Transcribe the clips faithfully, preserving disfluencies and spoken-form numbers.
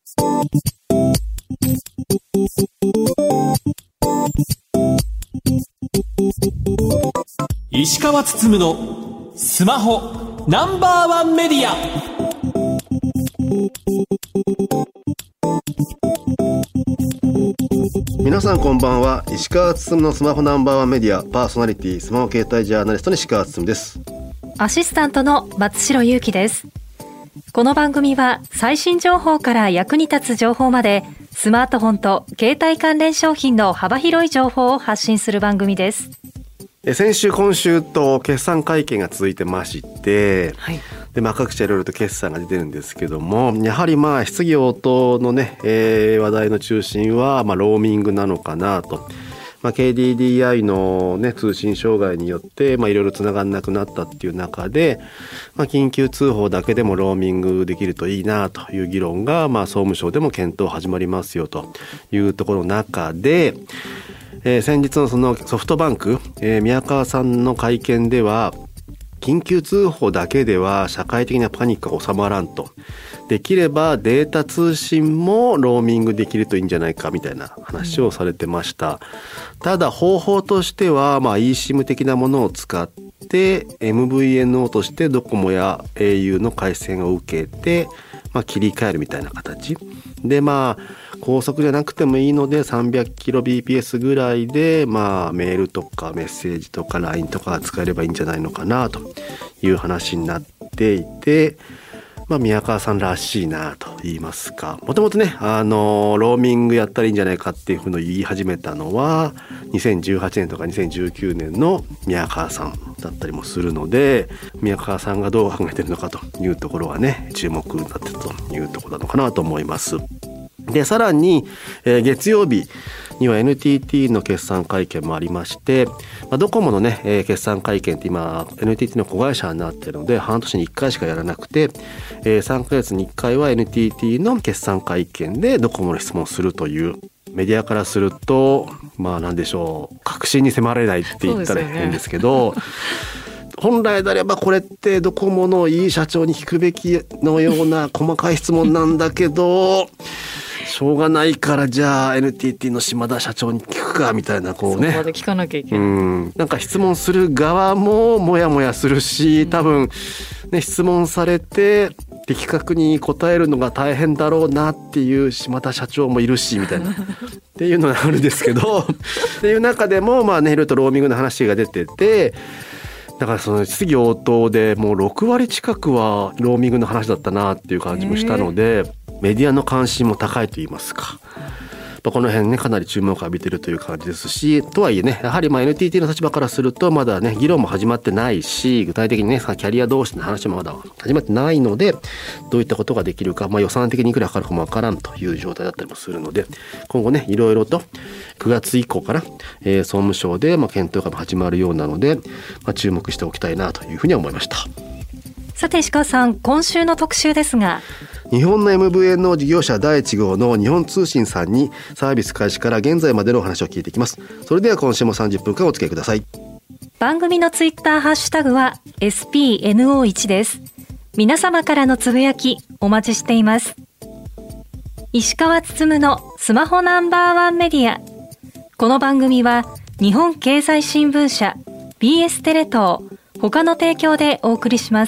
石川つつむのスマホナンバーワンメディア。 皆さんこんばんは。石川つつむのスマホナンバーワンメディアパーソナリティ、スマホ携帯ジャーナリストの石川つつむです。 アシスタントの松代ゆうきです。この番組は最新情報から役に立つ情報まで、スマートフォンと携帯関連商品の幅広い情報を発信する番組です。 先週今週と決算会見が続いてまして、はい、でまあ、各社いろいろと決算が出てるんですけども、やはりまあ質疑応答のね、えー、話題の中心はまあローミングなのかなと。まあ、ケーディーディーアイ の、ね、通信障害によってまあいろいろつながんなくなったっていう中で、まあ、緊急通報だけでもローミングできるといいなという議論が、まあ、総務省でも検討始まりますよというところの中で、えー、先日のそのソフトバンク、えー、宮川さんの会見では、緊急通報だけでは社会的なパニックが収まらんと、できればデータ通信もローミングできるといいんじゃないかみたいな話をされてました。ただ方法としては、まあ、eSIM 的なものを使って エムブイエヌオー としてドコモや エーユー の回線を受けて、まあ、切り替えるみたいな形で、まあ高速じゃなくてもいいので さんびゃくキロビーピーエス ぐらいで、まあ、メールとかメッセージとか ライン とか使えればいいんじゃないのかなという話になっていて、まあ、宮川さんらしいなと言いますか、もともとね、あのローミングやったらいいんじゃないかっていうふうに言い始めたのはにせんじゅうはちねんとかにせんじゅうきゅうねんの宮川さんだったりもするので、宮川さんがどう考えてるのかというところはね、注目になっているというところなのかなと思います。でさらに、えー、月曜日には エヌティーティー の決算会見もありまして、まあ、ドコモのね、えー、決算会見って今 エヌティーティー の子会社になっているので半年にいっかいしかやらなくて、えー、さんかげつにいっかいは エヌティーティー の決算会見でドコモの質問をするという、メディアからするとまあ何でしょう、確信に迫られないって言ったら変ですけど、本来であればこれってドコモのいい社長に聞くべきのような細かい質問なんだけどしょうがないからじゃあ エヌティーティー の島田社長に聞くかみたいな、こうね、 そこまで聞かなきゃいけない。 うん、なんか質問する側もモヤモヤするし、多分ね、質問されて的確に答えるのが大変だろうなっていう島田社長もいるしみたいなっていうのがあるんですけどっていう中でもまあね、いろいろとローミングの話が出てて、だからその質疑応答でもうろくわり近くはローミングの話だったなっていう感じもしたので、メディアの関心も高いと言いますか、この辺ねかなり注目を浴びているという感じですし、とはいえね、やはりまあ エヌティーティー の立場からするとまだね議論も始まってないし、具体的にねキャリア同士の話もまだ始まってないので、どういったことができるか、まあ、予算的にいくらかかるかもわからんという状態だったりもするので、今後ねいろいろとくがつ以降から、えー、総務省でまあ検討が始まるようなので、まあ、注目しておきたいなというふうに思いました。 さて石川さん、今週の特集ですが、 日本の エムブイエヌオー 事業者だいいち号の日本通信さんにサービス開始から現在までのお話を聞いていきます。それでは今週もさんじゅっぷんかんお付き合いください。 番組のツイッターハッシュタグは エスピーエヌオーワン です。皆様からのつぶやきお待ちしています。石川つつむのスマホナンバーワンメディア。この番組は日本経済新聞社、ビーエス テレ東他の提供でお送りします。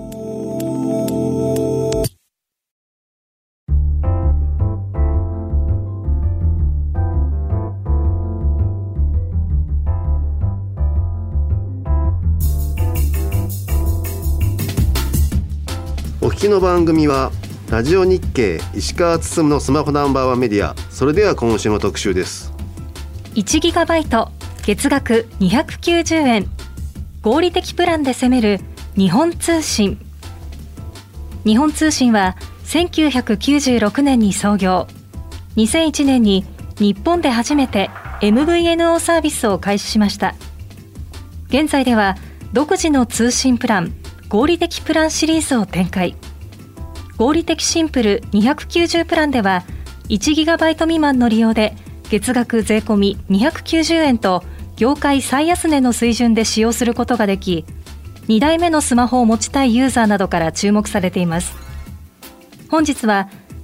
お聞きの番組はラジオ日経石川つつむのスマホナンバーワンメディア。それでは今週の特集です。 いちギガバイト月額にひゃくきゅうじゅうえん、合理的プランで攻める日本通信。日本通信はせんきゅうひゃくきゅうじゅうろくねんに創業、にせんいちねんに日本で初めて エムブイエヌオー サービスを開始しました。現在では独自の通信プラン合理的プランシリーズを展開。合理的シンプルにひゃくきゅうじゅうプランでは いちギガバイト 未満の利用で月額税込みにひゃくきゅうじゅうえんと業界最安値の水準で使用することができ、にだいめのスマホを持ちたいユーザーなどから注目されています。本日は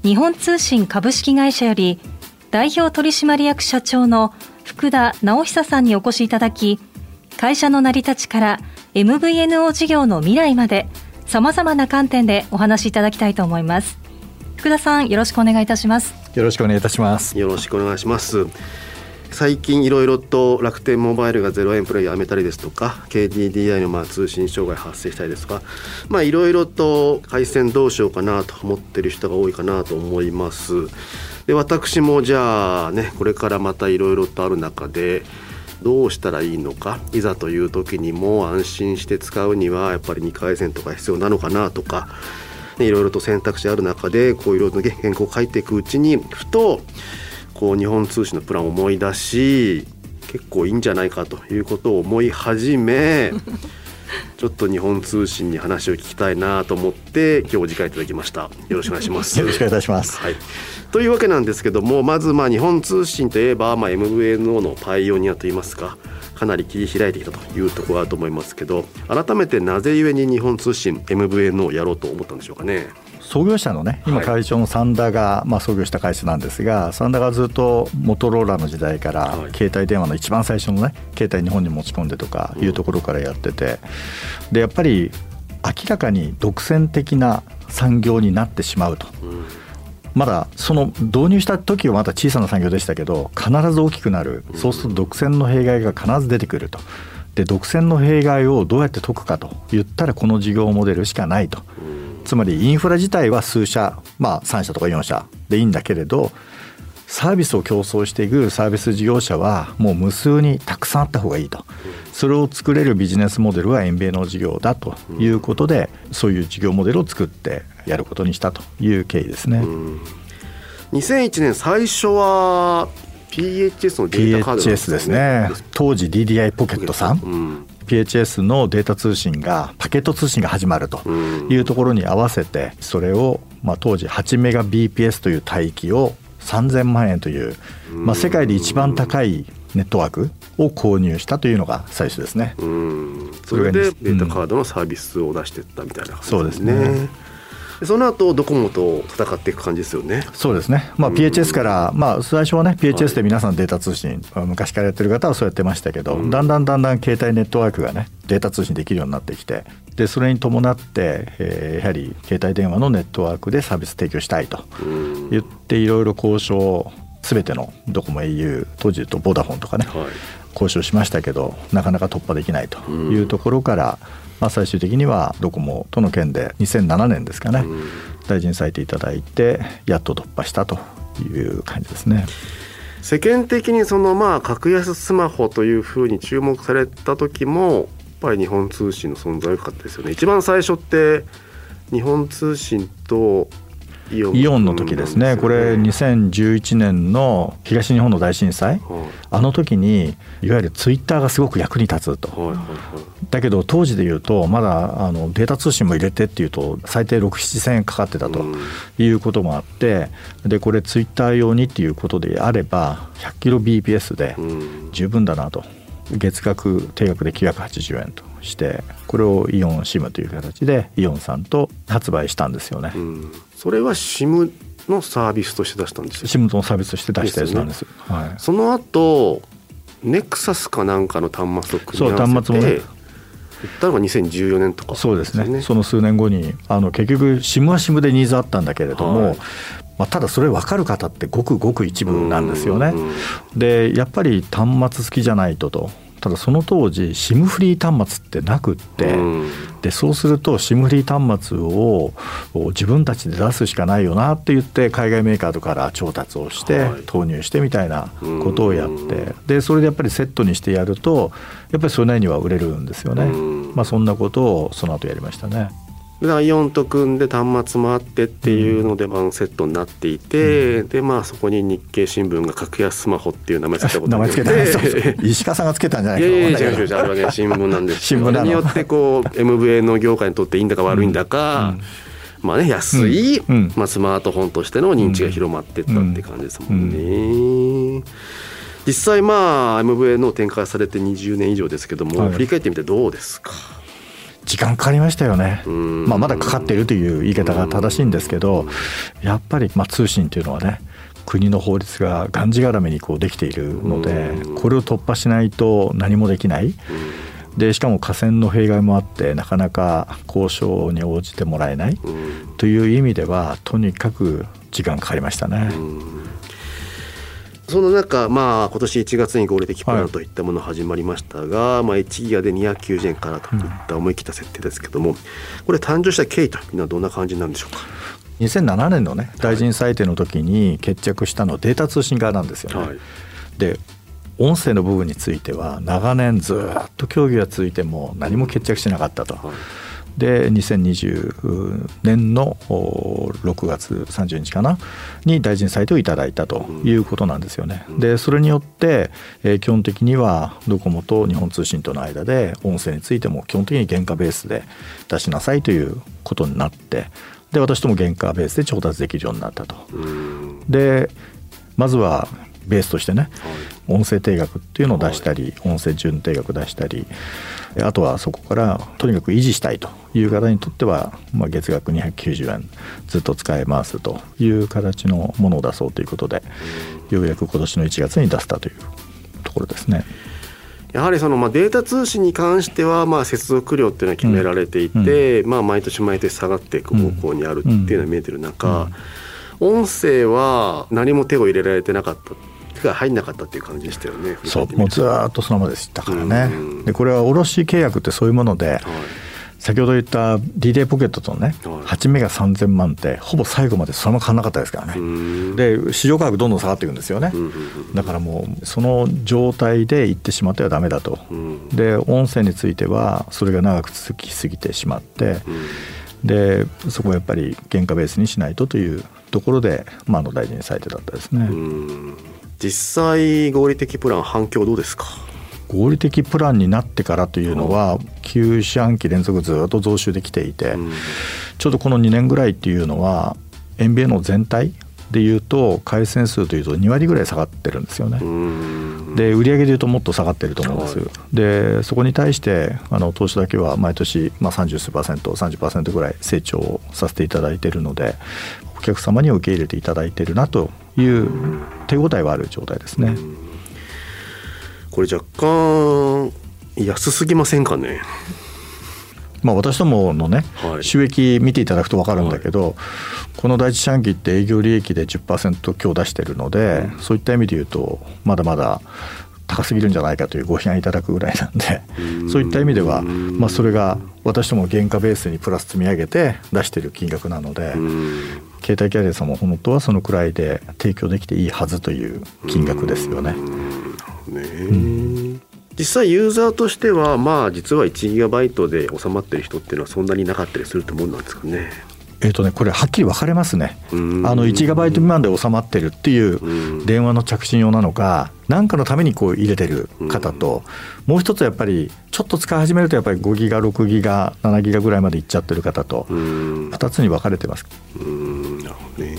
日本通信株式会社より代表取締役社長の福田直久さんにお越しいただき、会社の成り立ちから エムブイエヌオー 事業の未来まで様々な観点でお話しいただきたいと思います。福田さん、よろしくお願いいたします。 よろしくお願いいたします。 よろしくお願いします。最近いろいろと楽天モバイルがゼロ円プランやめたりですとか ケーディーディーアイ のまあ通信障害発生したりですとか、まあいろいろと回線どうしようかなと思ってる人が多いかなと思います。で、私もじゃあね、これからまたいろいろとある中でどうしたらいいのか、いざという時にも安心して使うにはやっぱりに回線とか必要なのかなとか、いろいろと選択肢ある中でこういろいろと原稿を書いていくうちにふとこう日本通信のプランを思い出し、結構いいんじゃないかということを思い始めちょっと日本通信に話を聞きたいなと思って今日お時間いただきました。よろしくお願いします。 よろしくお願いいたします。 はい、というわけなんですけども、まずまあ日本通信といえば、まあ、エムブイエヌオー のパイオニアといいますか、かなり切り開いてきたというところがあると思いますけど、改めてなぜゆえに日本通信 エムブイエヌオー をやろうと思ったんでしょうかね。 創業者のね、今会長の三田が、まあ、創業した会社なんですが、三田がずっとモトローラの時代から、はい、携帯電話の一番最初のね携帯日本に持ち込んでとかいうところからやってて、でやっぱり明らかに独占的な産業になってしまうと、うん、まだその導入した時はまだ小さな産業でしたけど必ず大きくなる、そうすると独占の弊害が必ず出てくると。で独占の弊害をどうやって解くかと言ったらこの事業モデルしかないと。つまりインフラ自体は数社、まあさん社とかよん社でいいんだけれど、サービスを競争していくサービス事業者はもう無数にたくさんあった方がいいと。それを作れるビジネスモデルはエムビーエヌオー事業だということで、そういう事業モデルを作ってやることにしたという経緯ですね。うん、 にせんいちねん最初は ピーエイチエス のデータカードピーエイチエス ですね。当時 ディーディーアイ ポケットさん、うん、ピーエイチエス のデータ通信がパケット通信が始まるというところに合わせて、それをまあ当時はちメガビーピーエス という帯域をさんぜんまんえんという、まあ、世界で一番高いネットワークを購入したというのが最初ですね。 うん、それでデータカードのサービスを出していったみたいな感じですね。そうですね。その後ドコモと戦っていく感じですよね。 そうですね、まあ、ピーエイチエス から、まあ、最初はね ピーエイチエス で皆さんデータ通信、はい、昔からやってる方はそうやってましたけど、うん、だんだんだんだん携帯ネットワークがねデータ通信できるようになってきて、でそれに伴って、えー、やはり携帯電話のネットワークでサービス提供したいと言っていろいろ交渉、すべてのドコモ エーユー、当時とボダフォンとかね、はい、交渉しましたけどなかなか突破できないというところから、まあ、最終的にはドコモとの件でにせんななねんですかね、うん、大臣採定いただいてやっと突破したという感じですね。 世間的にそのまあ格安スマホというふうに注目された時もやっぱり日本通信の存在が大きかったですよね。一番最初って日本通信とイオン、 イオンの時ですね。これにせんじゅういちねんの東日本の大震災、はい、あの時にいわゆるツイッターがすごく役に立つと、はいはいはい、だけど当時でいうとまだあのデータ通信も入れてっていうと最低ろく、ななせんえんかかってたということもあって、でこれツイッター用にっていうことであれば ひゃくキロビーピーエス で十分だなと、月額定額できゅうひゃくはちじゅうえんとして、これをイオン シム という形でイオンさんと発売したんですよね。うん、 それは シム のサービスとして出したんですよ。 シム のサービスとして出したやつなんです、ですね。はい、 その後ネクサスかなんかの端末を組み合わせて、そう端末もね言ったのがにせんじゅうよねんとか、 そうですね。その数年後にあの結局 シム は シム でニーズあったんだけれども、はい、まあ、ただそれ分かる方ってごくごく一部なんですよね。でやっぱり端末好きじゃないとと、ただその当時 シム フリー端末ってなくって、うん、でそうすると シム フリー端末を自分たちで出すしかないよなって言って海外メーカーとかから調達をして投入してみたいなことをやって、はい、でそれでやっぱりセットにしてやるとやっぱりそれなりには売れるんですよね。まあ、そんなことをその後やりましたね。 だからイオンと組んで端末もあってっていうのでワンセットになっていて、うん、でまあそこに日経新聞が格安スマホっていう名前つけたことがあって、名前つけた石川さんがつけたんじゃないか。 いやいや違う違う、あれはね新聞なんですよ。それによってこう エムブイエヌ の業界にとっていいんだか悪いんだか、うん、まあね安い、うん、まあ、スマートフォンとしての認知が広まっていったって感じですもんね。うんうん、実際まあ エムブイエヌ の展開されてにじゅうねん以上ですけども、はい、振り返ってみてどうですか。 時間かかりましたよね。まあ、まだかかっているという言い方が正しいんですけど、やっぱりまあ通信というのはね、国の法律ががんじがらめにこうできているので、これを突破しないと何もできない。でしかも河川の弊害もあってなかなか交渉に応じてもらえないという意味ではとにかく時間かかりましたね。 その中、まあ、今年いちがつに合理的プランといったもの始まりましたが、はい、まあ、いちギガでにひゃくきゅうじゅうえんからといった思い切った設定ですけども、これ誕生した経緯というのはどんな感じなんでしょうか。 にせんななねんのね大臣裁定の時に決着したのはデータ通信側なんですよね。はい、で音声の部分については長年ずっと協議が続いても何も決着しなかったと。はい、でにせんにじゅうねんのろくがつさんじゅうにちかなに大臣裁定をいただいたということなんですよね。でそれによって、えー、基本的にはドコモと日本通信との間で音声についても基本的に原価ベースで出しなさいということになって、で私とも原価ベースで調達できるようになったと。でまずはベースとしてね、音声定額っていうのを出したり、音声準定額出したり、あとはそこからとにかく維持したいという方にとっては、まあ、月額にひゃくきゅうじゅうえんずっと使えますという形のものを出そうということで、ようやく今年のいちがつに出せたというところですね。 やはりそのまあデータ通信に関してはまあ接続量っていうのは決められていて、うんまあ、毎年毎年下がっていく方向にあるっていうのが見えてる中、うんうん、音声は何も手を入れられてなかったが入んなかったっていう感じでしたよね。 そうもうずっとそのままでしたからね。でこれは卸契約ってそういうもので、はい、先ほど言った ディーディー ポケットとね、はい、はちメガさんぜんまんってほぼ最後までそのまま変わらなかったですからね。で市場価格どんどん下がっていくんですよね。だからもうその状態で行ってしまってはダメだと。で音声についてはそれが長く続きすぎてしまって、でそこはやっぱり原価ベースにしないとというところで、まあ、あの大臣裁定だったですね。 うん実際合理的プラン反響どうですか。 合理的プランになってからというのはきゅう四半期連続ずっと増収できていて、うん、ちょうどこのにねんぐらいっていうのは エヌビーエー の全体でいうと回線数というとにわりぐらい下がってるんですよね。うんで売上でいうともっと下がってると思うんです、はい、でそこに対してあの投資だけは毎年、まあ、さんじゅうすうパーセント さんじゅっパーセントぐらい成長させていただいているので、お客様には受け入れていただいているなという手応えはある状態ですね。 これ若干安すぎませんかね。 まあ、私どものね、はい、収益見ていただくと分かるんだけど、はい、この第一四半期って営業利益で じゅっパーセント 強出してるので、うん、そういった意味で言うとまだまだ高すぎるんじゃないかというご批判いただくぐらいなんで、そういった意味では、まあ、それが私ども原価ベースにプラス積み上げて出している金額なので、携帯キャリアさんも本当はそのくらいで提供できていいはずという金額ですよね。 ねうん、実際ユーザーとしてはまあ実はいちギガバイトで収まってる人っていうのはそんなになかったりすると思うんですかね。 えーとね、これはっきり分かれますね。あのいちギガバイト未満で収まってるっていう電話の着信用なのか、何かのためにこう入れてる方と、もう一つやっぱりちょっと使い始めるとやっぱりごギガろくギガななギガぐらいまでいっちゃってる方とふたつに分かれてます。 うーんなるほどね。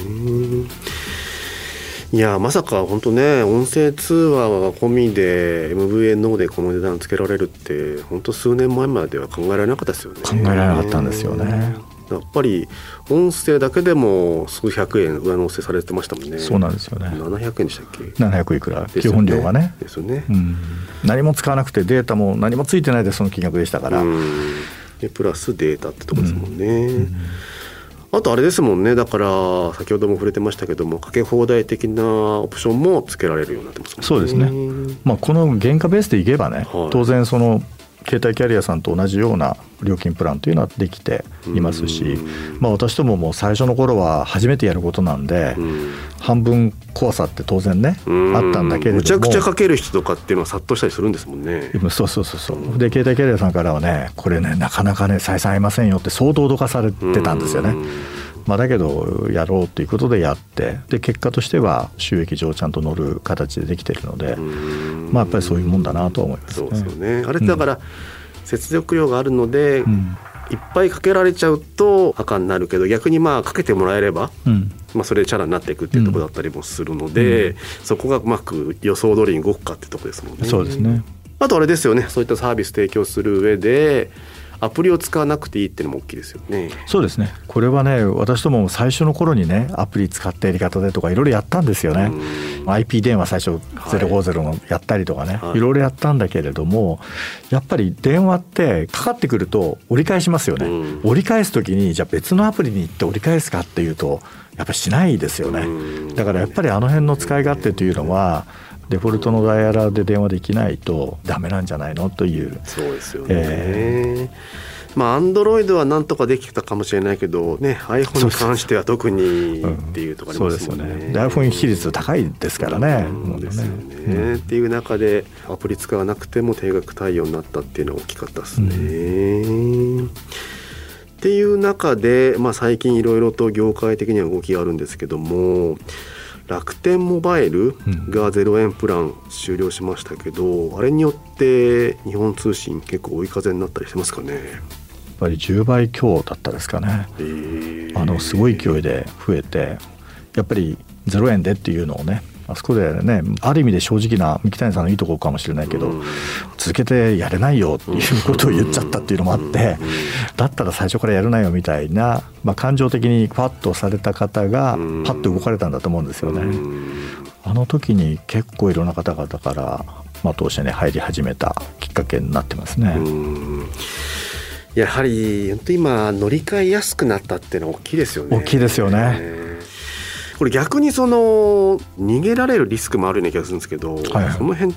いやまさか本当ね、音声通話が込みで エムブイエー ノーでこの値段つけられるって本当数年前までは考えられなかったですよね。 考えられなかったんですよね。 やっぱり音声だけでも数百円上乗せされてましたもんね。 そうなんですよね。 ななひゃくえんでしたっけ。 ななひゃくいくら、基本料がね。 ですよね、 うん、何も使わなくてデータも何もついてないでその金額でしたから、 うんでプラスデータってとこですもんね、うんうん、あとあれですもんね、だから先ほども触れてましたけどもかけ放題的なオプションもつけられるようになってますもんね。 そうですね、まあ、この原価ベースでいけばね、はい、当然その携帯キャリアさんと同じような料金プランというのはできていますし、まあ、私どもも最初の頃は初めてやることなんで半分怖さって当然ねあったんだけれども、 むちゃくちゃかける人とかっていうのは殺到したりするんですもんね。 そうそうそうそう。で携帯キャリアさんからはね、これねなかなかね採算合いませんよって相当脅かされてたんですよね。まあ、だけどやろうということでやって、で結果としては収益上ちゃんと乗る形でできているので、まあ、やっぱりそういうもんだなと思いますね。 そうですよね。あれってだから、うん、接続量があるので、うん、いっぱいかけられちゃうと赤になるけど、逆にまあかけてもらえれば、うんまあ、それでチャラになっていくっていうところだったりもするので、うん、そこがうまく予想通りに動くかってところですもんね。 そうですね。 あとあれですよね、そういったサービス提供する上でアプリを使わなくていいっていうのも大きいですよね。 そうですね。これはね、私ども最初の頃にねアプリ使ったやり方でとかいろいろやったんですよね。アイピー 電話最初ゼロごゼロのやったりとかね、はい、いろいろやったんだけれども、やっぱり電話ってかかってくると折り返しますよね、うん、折り返す時にじゃあ別のアプリに行って折り返すかっていうとやっぱりしないですよね。だからやっぱりあの辺の使い勝手というのはデフォルトのダイヤルで電話できないとダメなんじゃないのという。 そうですよね、えー、まあ Android はなんとかできたかもしれないけどね、 iPhone に関しては特にっていうところありますもんね。 そうですよね。iPhone 比率高いですからね。 そうですよね、うん、っていう中でアプリ使わなくても定額対応になったっていうのは大きかったですね、うん、っていう中で、まあ、最近いろいろと業界的には動きがあるんですけども、楽天モバイルがゼロえんプラン終了しましたけど、うん、あれによって日本通信結構追い風になったりしてますかね。 やっぱりじゅうばい強だったですかね、えー、あのすごい勢いで増えて、やっぱりゼロえんでっていうのをね、あそこでね、ある意味で正直な三木谷さんのいいところかもしれないけど、うん、続けてやれないよっていうことを言っちゃったっていうのもあって、うん、だったら最初からやるなよみたいな、まあ、感情的にパッとされた方がパッと動かれたんだと思うんですよね、うん、あの時に結構いろんな方々から、まあ、当社に入り始めたきっかけになってますね、うん、 やはり本当今乗り換えやすくなったっていうのは大きいですよね。 大きいですよね。 これ逆にその逃げられるリスクもあるような気がするんですけど、はいはい、その辺って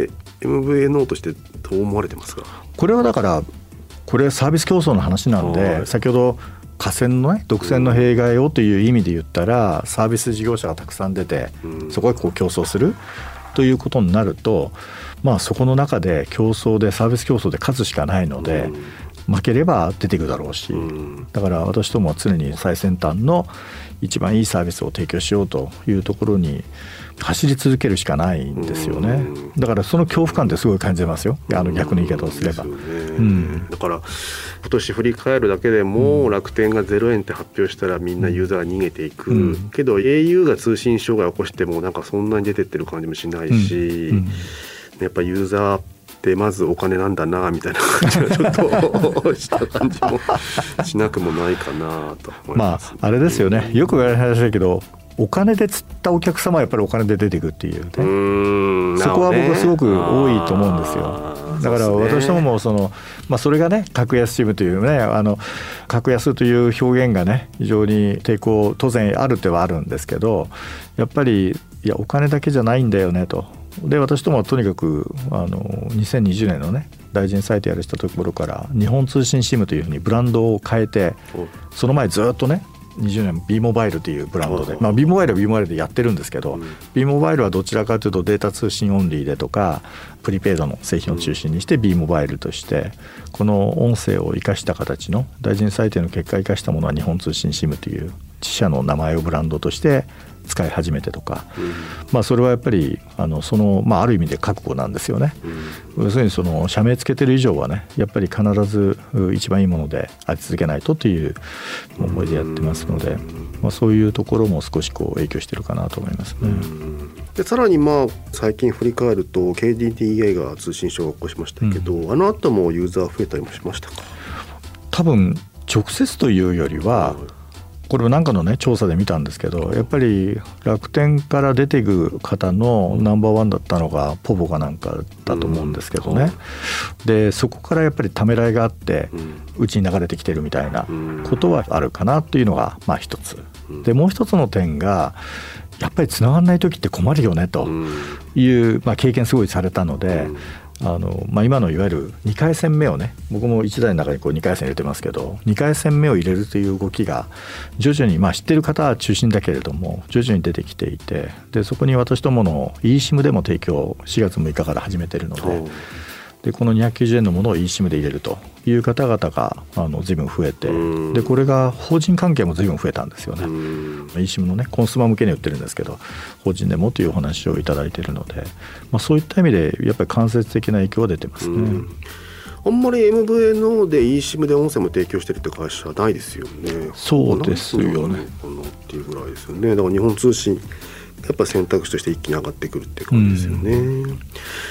エムブイエヌオー としてどう思われてますか。 これはだからこれサービス競争の話なので、はい、先ほど寡占のね独占の弊害をという意味で言ったら、うん、サービス事業者がたくさん出て、うん、そこでこう競争するということになると、まあ、そこの中で競争でサービス競争で勝つしかないので、うん、負ければ出ていくだろうし、うん、だから私どもは常に最先端の一番いいサービスを提供しようというところに走り続けるしかないんですよね。だからその恐怖感ってすごい感じますよ、あの逆の言い方をすれば、うん、 だから今年振り返るだけでも楽天がゼロえんって発表したらみんなユーザーが逃げていく、うん、けど エーユー が通信障害を起こしてもなんかそんなに出てってる感じもしないし、うんうん、やっぱユーザーでまずお金なんだなみたいな感じがちょっとした感じもしなくもないかなと思います。 まああれですよね、よく言われる話だけどお金で釣ったお客様はやっぱりお金で出ていくっていうね、うーん、そこは僕はすごく多いと思うんですよ。だから私どももその、まあ、それがね格安シムというね、あの格安という表現がね非常に抵抗当然ある手はあるんですけど、やっぱりいやお金だけじゃないんだよねと。で私どもはとにかくあのにせんにじゅうねんのね大臣サイトやらしたところから日本通信シムというふうにブランドを変えて、その前ずっとねにじゅうねん B モバイルというブランドで、まあ、B モバイルは B モバイルでやってるんですけど、うん、B モバイルはどちらかというとデータ通信オンリーでとかプリペイドの製品を中心にして B モバイルとしてこの音声を生かした形の大臣サイトの結果を生かしたものは日本通信シムという自社の名前をブランドとして使い始めてとか、うん、まあ、それはやっぱりあのその、まあ、ある意味で覚悟なんですよね、うん、要するにその社名つけてる以上はねやっぱり必ず一番いいものであり続けないとという思いでやってますので、うん、まあ、そういうところも少しこう影響してるかなと思いますね、うん、 でさらにまあ最近振り返ると ケーディーティーエー が通信障害を起こしましたけど、うん、あの後もユーザー増えたりもしましたか。 多分直接というよりは、うん、これは何かのね調査で見たんですけど、やっぱり楽天から出ていく方のナンバーワンだったのがポボかなんかだと思うんですけどね、うん、でそこからやっぱりためらいがあってうち、ん、に流れてきてるみたいなことはあるかなというのがまあ一つで、もう一つの点がやっぱり繋がらない時って困るよねという、まあ、経験すごいされたので、あのまあ、今のいわゆるにかい線目をね、僕もいちだいの中にこうにかい線入れてますけど、にかい線目を入れるという動きが徐々に、まあ、知ってる方は中心だけれども徐々に出てきていて、でそこに私どもの eSIM でも提供しがつむいかから始めてるので、でこのにひゃくきゅうじゅうえんのものを eSIM で入れるという方々があの随分増えて、でこれが法人関係も随分増えたんですよね。eSIM のねコンスーマー向けに売ってるんですけど、法人でもというお話をいただいているので、まあ、そういった意味でやっぱり間接的な影響は出てますね。うんあんまり エムブイエヌオー で eSIM で音声も提供してるって会社はないですよね。 そうですよね。 かなっていうぐらいですよね。だから日本通信やっぱ選択肢として一気に上がってくるっていう感じですよね。うん、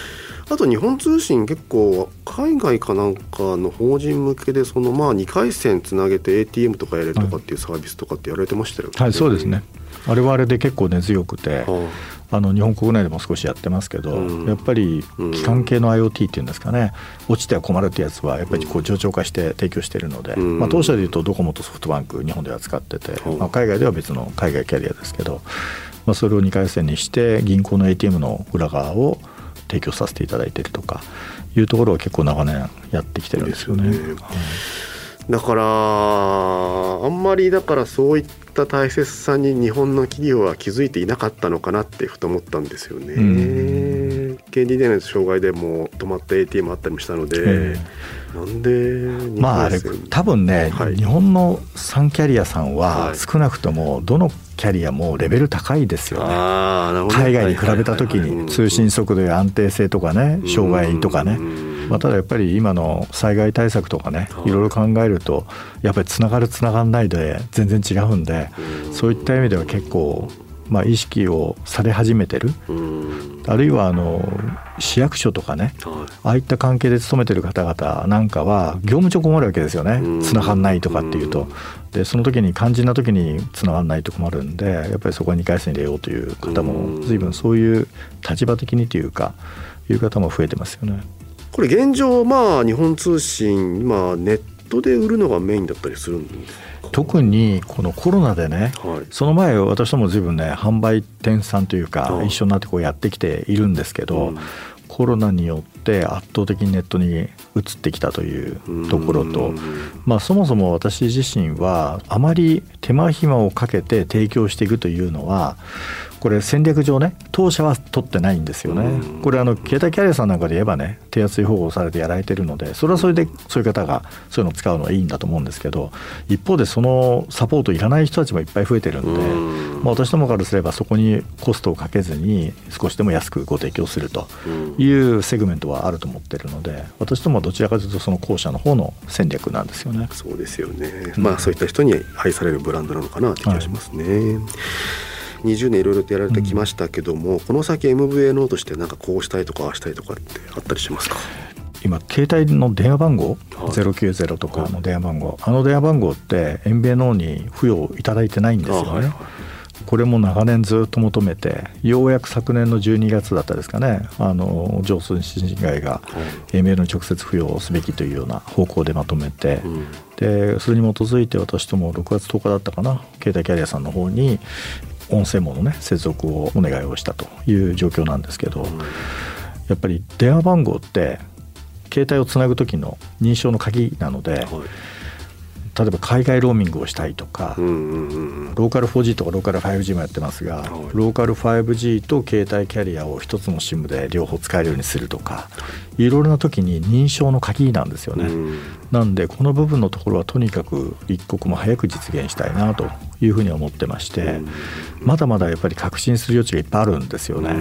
あと日本通信結構海外かなんかの法人向けでそのまあにかい線つなげて エーティーエム とかやれるとかっていうサービスとかってやられてましたよね。 はい、そうですね。あれはあれで結構根強くて、 はあの日本国内でも少しやってますけど、 うん、 やっぱり基幹系の IoT っていうんですかね、落ちては困るってやつはやっぱりこう上長化して提供しているので、うん、まあ、当社でいうとドコモとソフトバンク日本では使ってて、うん、まあ、海外では別の海外キャリアですけど、まあ、それをにかい線にして銀行の エーティーエム の裏側を提供させていただいているとかいうところは結構長年やってきてるんですよね。 ですよね。だからあんまりだからそういった大切さに日本の企業は気づいていなかったのかなってふと思ったんですよね。ケーディーディー の障害でも止まった エーティーエム あったりもしたので、えー、なんでまああれ多分ね、はい、日本のさんキャリアさんは少なくともどのキャリアもレベル高いですよね。あ、なるほど。海外に比べた時に通信速度や安定性とかね、障害とかね、まあ、ただやっぱり今の災害対策とかね、いろいろ考えるとやっぱりつながるつながんないで全然違うんで、そういった意味では結構まあ意識をされ始めてる。あるいはあの市役所とかね、ああいった関係で勤めてる方々なんかは業務上困るわけですよね。つながんないとかっていうと、でその時に肝心な時につながんないと困るんで、やっぱりそこはにかい線入れようという方も随分そういう立場的にというかいう方も増えてますよね。 これ現状まあ日本通信今ネットで売るのがメインだったりするんですか？ 特にこのコロナでね、はい、その前私ども随分ね販売店さんというか一緒になってこうやってきているんですけど、うん、コロナによって圧倒的にネットに移ってきたというところと、まあ、そもそも私自身はあまり手間暇をかけて提供していくというのはこれ戦略上ね当社は取ってないんですよね。これあの携帯キャリアさんなんかで言えばね手厚い保護をされてやられてるので、それはそれでそういう方がそういうのを使うのはいいんだと思うんですけど、一方でそのサポートいらない人たちもいっぱい増えてるんで、まあ、私どもからすればそこにコストをかけずに少しでも安くご提供するというセグメントはあると思ってるので、私どもはどちらかというとその後者の方の戦略なんですよね。 そうですよね、うん、まあそういった人に愛されるブランドなのかなって気がしますね、はい。にじゅうねんいろいろとやられてきましたけども、うん、この先 エムブイエヌオー としてなんかこうしたいとかああしたいとかってあったりしますか？ 今携帯の電話番号、はい、ゼロきゅうゼロとかの電話番号、はい、あの電話番号って エムブイエヌオー に付与いただいてないんですよね、はいはい。これも長年ずっと求めて、ようやく昨年のじゅうにがつだったですかね、あの上通信会が エムブイエヌオー に直接付与すべきというような方向でまとめて、うん、でそれに基づいて私どもろくがつとおかだったかな、携帯キャリアさんの方に音声網のね接続をお願いをしたという状況なんですけど、うん、やっぱり電話番号って携帯をつなぐ時の認証の鍵なので、はい、例えば海外ローミングをしたいとか、うんうんうん、ローカル フォージー とかローカル ファイブジー もやってますが、はい、ローカル ファイブジー と携帯キャリアを一つの SIM で両方使えるようにするとか、いろいろな時に認証の鍵なんですよね、うん、なんでこの部分のところはとにかく一刻も早く実現したいなというふうに思ってまして、うん、まだまだやっぱり革新する余地がいっぱいあるんですよね、うん、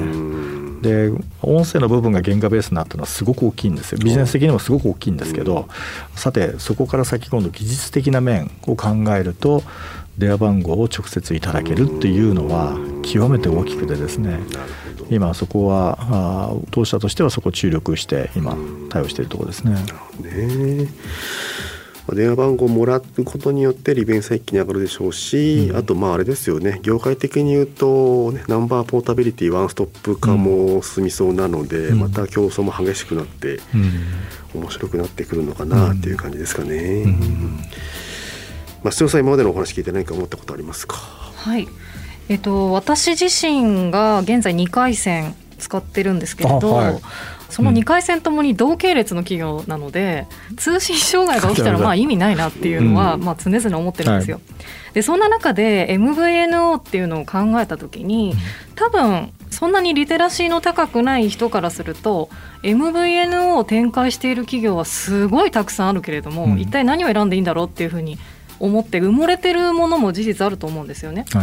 で音声の部分が原価ベースになったのはすごく大きいんですよ。ビジネス的にもすごく大きいんですけど、うん、さてそこから先今度技術的な面を考えると電話番号を直接いただけるっていうのは極めて大きくてですね、今そこはあ当社としてはそこを注力して今対応しているところですね。なるほどね。 電話番号をもらうことによって利便性一気に上がるでしょうし、うん、あとまああれですよね、業界的に言うと、ね、ナンバーポータビリティワンストップ化も進みそうなので、うん、また競争も激しくなって、うん、面白くなってくるのかなっていう感じですかね、うんうん。まあ、須藤さん今までのお話聞いて何か思ったことありますか？ はい、えっと、私自身が現在にかい線使ってるんですけれど、はい、そのにかい線ともに同系列の企業なので、うん、通信障害が起きたらまあ意味ないなっていうのはまあ常々思ってるんですよ、はい、でそんな中で エムブイエヌオー っていうのを考えた時に、多分そんなにリテラシーの高くない人からすると エムブイエヌオー を展開している企業はすごいたくさんあるけれども、うん、一体何を選んでいいんだろうっていうふうに思って埋もれてるものも事実あると思うんですよね、はい、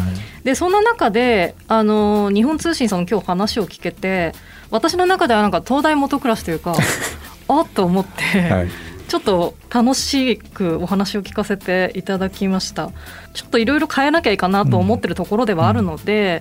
でそんな中であの日本通信さんの今日話を聞けて、私の中ではなんか東大元暮らしというかあっと思って、はい、ちょっと楽しくお話を聞かせていただきました。ちょっといろいろ変えなきゃいいかなと思ってるところではあるので、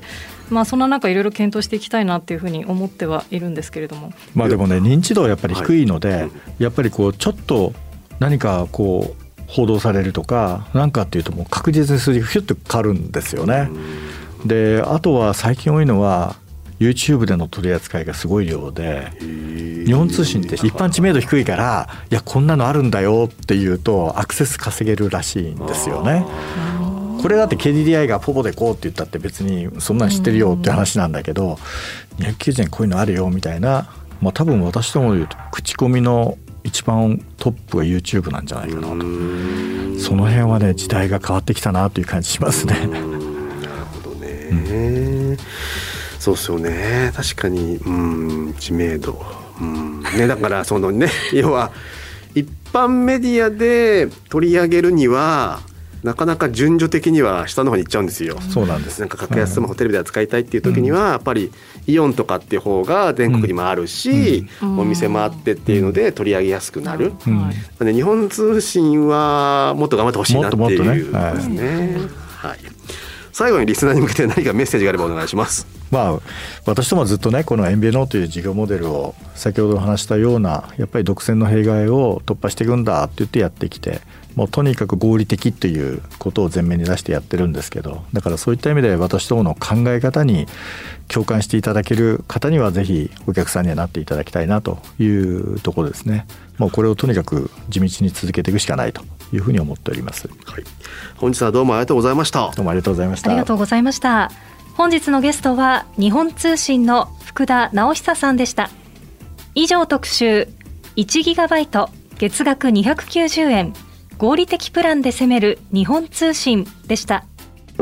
まあ、そんな中いろいろ検討していきたいなっていうふうに思ってはいるんですけれども、 まあ、でもね認知度はやっぱり低いので、はい、やっぱりこうちょっと何かこう報道されるとかなんかっていうともう確実に数字がヒュッと変わるんですよね。であとは最近多いのは YouTube での取り扱いがすごい量で、日本通信って一般知名度低いからいやこんなのあるんだよっていうとアクセス稼げるらしいんですよね。これだって ケーディーディーアイ がポポでこうって言ったって別にそんなん知ってるよって話なんだけど、にひゃくきゅうじゅうえんこういうのあるよみたいな、まあ、多分私ども言うと口コミの一番トップが YouTube なんじゃないかなと。その辺はね時代が変わってきたなという感じしますね。 なるほどね、うん、そうですよね。確かに、うん、知名度、うんね、だからそのね要は一般メディアで取り上げるにはなかなか順序的には下の方に行っちゃうんですよ。 そうなんです。 なんか格安スマホテレビで扱いたいっていう時には、うん、やっぱりイオンとかっていう方が全国にもあるし、うん、お店もあってっていうので取り上げやすくなる、うん、で日本通信はもっと頑張ってほしいなっていうですね、はいはい、最後にリスナーに向けて何かメッセージがあればお願いします。 まあ、私どもずっとねこのエンビノという事業モデルを先ほど話したようなやっぱり独占の弊害を突破していくんだって言ってやってきて、もうとにかく合理的ということを前面に出してやってるんですけど、だからそういった意味で私どもの考え方に共感していただける方にはぜひお客さんにはなっていただきたいなというところですね。もうこれをとにかく地道に続けていくしかないというふうに思っております、 はい、本日はどうもありがとうございました。 どうもありがとうございました。 ありがとうございました。本日のゲストは日本通信の福田直久さんでした。以上特集いちギガバイト月額にひゃくきゅうじゅうえん合理的プランで攻める日本通信でした。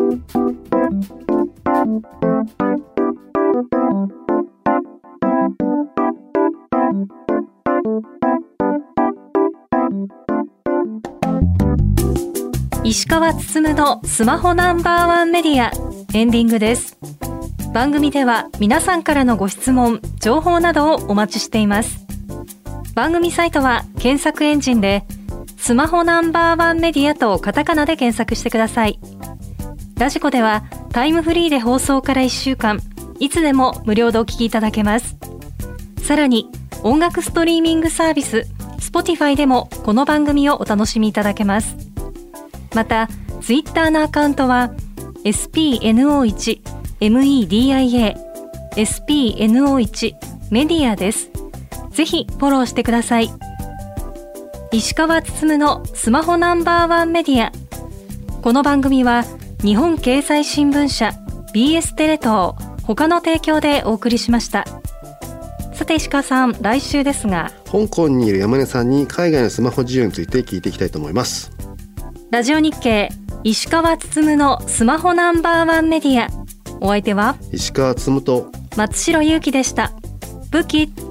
石川つつむのスマホナンバーワンメディアエンディングです。番組では皆さんからのご質問、情報などをお待ちしています。番組サイトは検索エンジンでスマホナンバーワンメディアとカタカナで検索してください。ラジコではタイムフリーで放送からいっしゅうかんいつでも無料でお聞きいただけます。さらに音楽ストリーミングサービス Spotify でもこの番組をお楽しみいただけます。またツイッターのアカウントは エスピーエヌオーワン メディア エスピーエヌオーワン メディアです。ぜひフォローしてください。石川つつむのスマホナンバーワンメディア。この番組は日本経済新聞社 ビーエス テレ東他の提供でお送りしました。さて石川さん、来週ですが香港にいる山根さんに海外のスマホ事情について聞いていきたいと思います。 ラジオ日経石川つつむのスマホナンバーワンメディア。お相手は石川つつむと松代ゆうきでした。ブキ